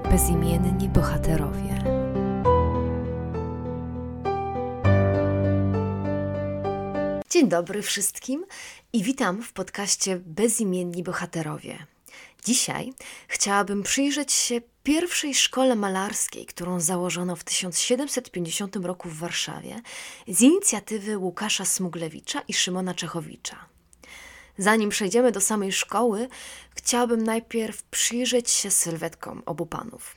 Bezimienni bohaterowie. Dzień dobry wszystkim i witam w podcaście Bezimienni bohaterowie. Dzisiaj chciałabym przyjrzeć się pierwszej szkole malarskiej, którą założono w 1750 roku w Warszawie z inicjatywy Łukasza Smuglewicza i Szymona Czechowicza. Zanim przejdziemy do samej szkoły, chciałabym najpierw przyjrzeć się sylwetkom obu panów.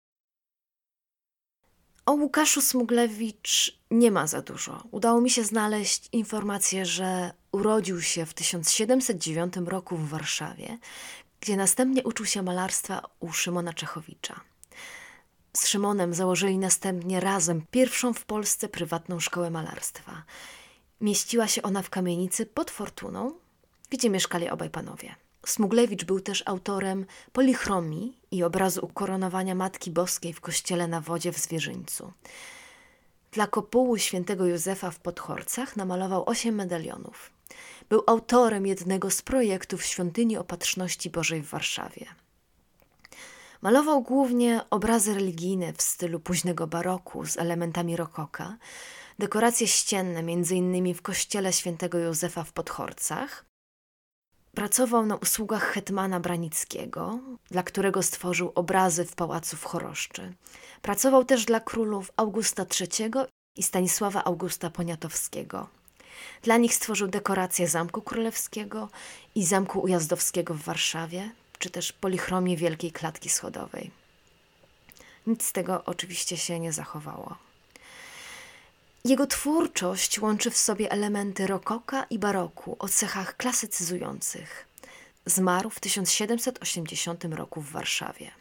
O Łukaszu Smuglewicz nie ma za dużo. Udało mi się znaleźć informację, że urodził się w 1709 roku w Warszawie, gdzie następnie uczył się malarstwa u Szymona Czechowicza. Z Szymonem założyli następnie razem pierwszą w Polsce prywatną szkołę malarstwa. Mieściła się ona w kamienicy pod Fortuną, gdzie mieszkali obaj panowie. Smuglewicz był też autorem polichromii i obrazu ukoronowania Matki Boskiej w kościele na wodzie w Zwierzyńcu. Dla kopuły świętego Józefa w Podhorcach namalował 8 medalionów. Był autorem jednego z projektów Świątyni Opatrzności Bożej w Warszawie. Malował głównie obrazy religijne w stylu późnego baroku z elementami rokoka, dekoracje ścienne m.in. w kościele świętego Józefa w Podhorcach. Pracował na usługach hetmana Branickiego, dla którego stworzył obrazy w pałacu w Choroszczy. Pracował też dla królów Augusta III i Stanisława Augusta Poniatowskiego. Dla nich stworzył dekoracje Zamku Królewskiego i Zamku Ujazdowskiego w Warszawie, czy też polichromię Wielkiej Klatki Schodowej. Nic z tego oczywiście się nie zachowało. Jego twórczość łączy w sobie elementy rokoka i baroku o cechach klasycyzujących. Zmarł w 1780 roku w Warszawie.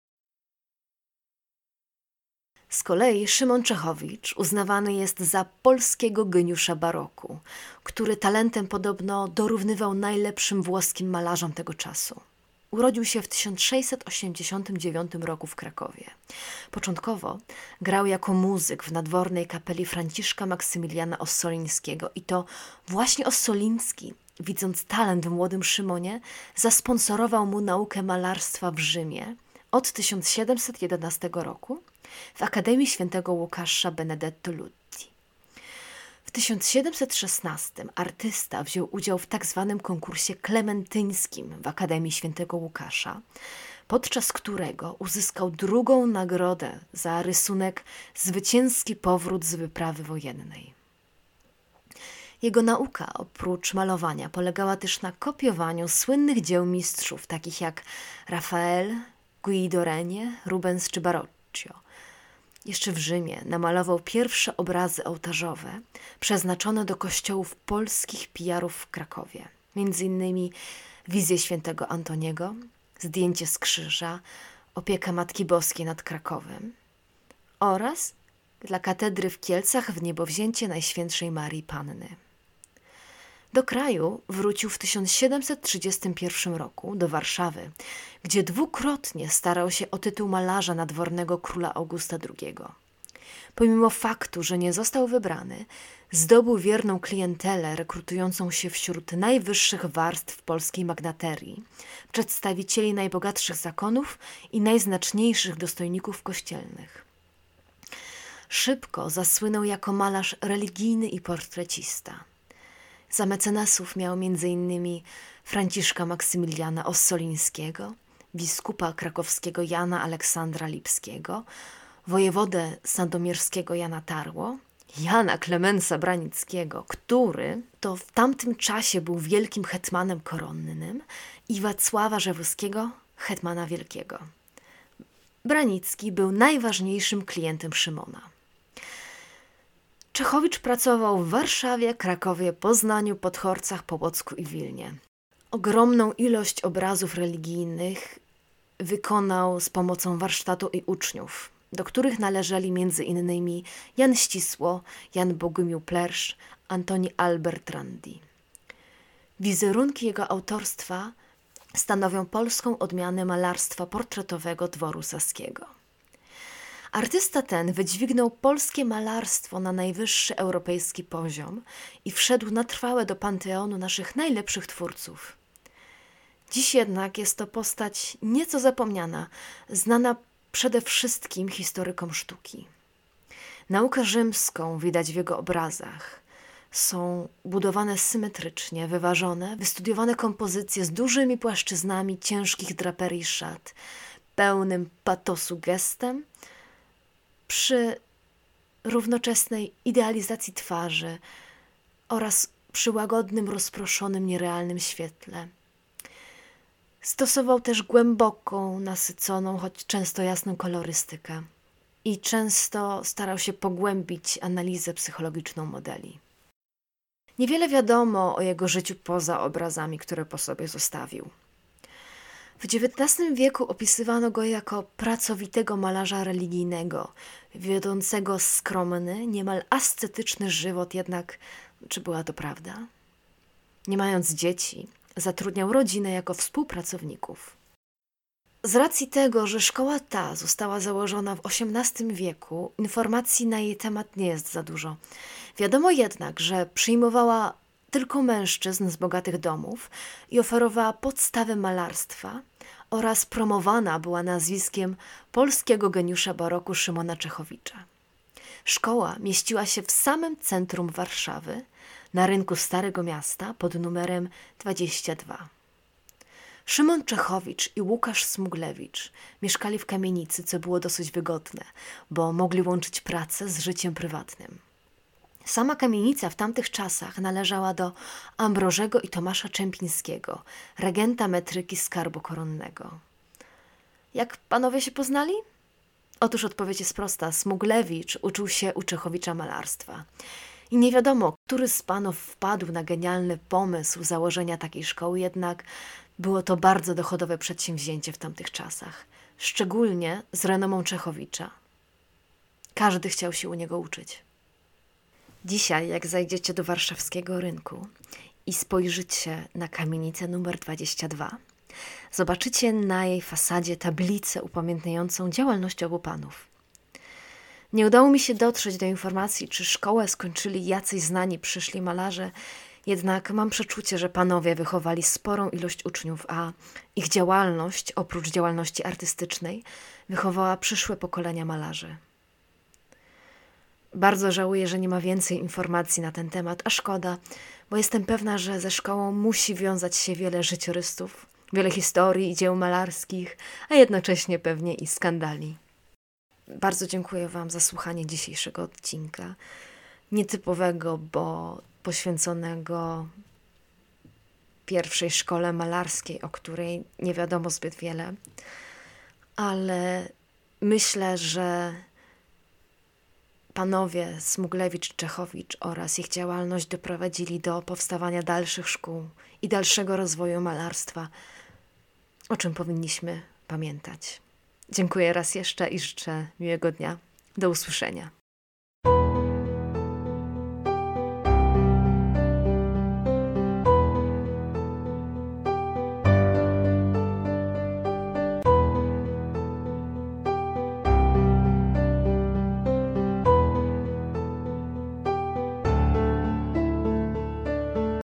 Z kolei Szymon Czechowicz uznawany jest za polskiego geniusza baroku, który talentem podobno dorównywał najlepszym włoskim malarzom tego czasu. Urodził się w 1689 roku w Krakowie. Początkowo grał jako muzyk w nadwornej kapeli Franciszka Maksymiliana Ossolińskiego i to właśnie Ossoliński, widząc talent w młodym Szymonie, zasponsorował mu naukę malarstwa w Rzymie od 1711 roku w Akademii Świętego Łukasza Benedetto Lutti. W 1716 artysta wziął udział w tzw. konkursie klementyńskim w Akademii Świętego Łukasza, podczas którego uzyskał drugą nagrodę za rysunek Zwycięski powrót z wyprawy wojennej. Jego nauka oprócz malowania polegała też na kopiowaniu słynnych dzieł mistrzów, takich jak Rafael, Guido Reni, Rubens czy Baroccio. Jeszcze w Rzymie namalował pierwsze obrazy ołtarzowe przeznaczone do kościołów polskich pijarów w Krakowie. Między innymi wizję świętego Antoniego, zdjęcie z krzyża, opiekę Matki Boskiej nad Krakowem oraz dla katedry w Kielcach w niebowzięcie Najświętszej Marii Panny. Do kraju wrócił w 1731 roku do Warszawy, gdzie dwukrotnie starał się o tytuł malarza nadwornego króla Augusta II. Pomimo faktu, że nie został wybrany, zdobył wierną klientelę rekrutującą się wśród najwyższych warstw polskiej magnaterii, przedstawicieli najbogatszych zakonów i najznaczniejszych dostojników kościelnych. Szybko zasłynął jako malarz religijny i portrecista. Za mecenasów miał m.in. Franciszka Maksymiliana Ossolińskiego, biskupa krakowskiego Jana Aleksandra Lipskiego, wojewodę sandomierskiego Jana Tarło, Jana Klemensa Branickiego, który to w tamtym czasie był wielkim hetmanem koronnym, i Wacława Rzewuskiego, hetmana wielkiego. Branicki był najważniejszym klientem Szymona. Czechowicz pracował w Warszawie, Krakowie, Poznaniu, Podhorcach, Połocku i Wilnie. Ogromną ilość obrazów religijnych wykonał z pomocą warsztatu i uczniów, do których należeli m.in. Jan Ścisło, Jan Bogumił Plersz, Antoni Albert Randi. Wizerunki jego autorstwa stanowią polską odmianę malarstwa portretowego dworu saskiego. Artysta ten wydźwignął polskie malarstwo na najwyższy europejski poziom i wszedł na trwałe do panteonu naszych najlepszych twórców. Dziś jednak jest to postać nieco zapomniana, znana przede wszystkim historykom sztuki. Naukę rzymską widać w jego obrazach. Są budowane symetrycznie, wyważone, wystudiowane kompozycje z dużymi płaszczyznami ciężkich draperii szat, pełnym patosu gestem, przy równoczesnej idealizacji twarzy oraz przy łagodnym, rozproszonym, nierealnym świetle. Stosował też głęboką, nasyconą, choć często jasną kolorystykę i często starał się pogłębić analizę psychologiczną modeli. Niewiele wiadomo o jego życiu poza obrazami, które po sobie zostawił. W XIX wieku opisywano go jako pracowitego malarza religijnego, wiodącego skromny, niemal ascetyczny żywot, jednak czy była to prawda? Nie mając dzieci, zatrudniał rodzinę jako współpracowników. Z racji tego, że szkoła ta została założona w XVIII wieku, informacji na jej temat nie jest za dużo. Wiadomo jednak, że przyjmowała tylko mężczyzn z bogatych domów i oferowała podstawy malarstwa oraz promowana była nazwiskiem polskiego geniusza baroku Szymona Czechowicza. Szkoła mieściła się w samym centrum Warszawy, na rynku Starego Miasta pod numerem 22. Szymon Czechowicz i Łukasz Smuglewicz mieszkali w kamienicy, co było dosyć wygodne, bo mogli łączyć pracę z życiem prywatnym. Sama kamienica w tamtych czasach należała do Ambrożego i Tomasza Czempińskiego, regenta metryki Skarbu Koronnego. Jak panowie się poznali? Otóż odpowiedź jest prosta. Smuglewicz uczył się u Czechowicza malarstwa. I nie wiadomo, który z panów wpadł na genialny pomysł założenia takiej szkoły, jednak było to bardzo dochodowe przedsięwzięcie w tamtych czasach, szczególnie z renomą Czechowicza. Każdy chciał się u niego uczyć. Dzisiaj, jak zajdziecie do warszawskiego rynku i spojrzycie na kamienicę numer 22, zobaczycie na jej fasadzie tablicę upamiętniającą działalność obu panów. Nie udało mi się dotrzeć do informacji, czy szkołę skończyli jacyś znani przyszli malarze, jednak mam przeczucie, że panowie wychowali sporą ilość uczniów, a ich działalność, oprócz działalności artystycznej, wychowała przyszłe pokolenia malarzy. Bardzo żałuję, że nie ma więcej informacji na ten temat, a szkoda, bo jestem pewna, że ze szkołą musi wiązać się wiele życiorysów, wiele historii i dzieł malarskich, a jednocześnie pewnie i skandali. Bardzo dziękuję wam za słuchanie dzisiejszego odcinka. Nietypowego, bo poświęconego pierwszej szkole malarskiej, o której nie wiadomo zbyt wiele, ale myślę, że panowie Smuglewicz, Czechowicz oraz ich działalność doprowadzili do powstawania dalszych szkół i dalszego rozwoju malarstwa, o czym powinniśmy pamiętać. Dziękuję raz jeszcze i życzę miłego dnia. Do usłyszenia.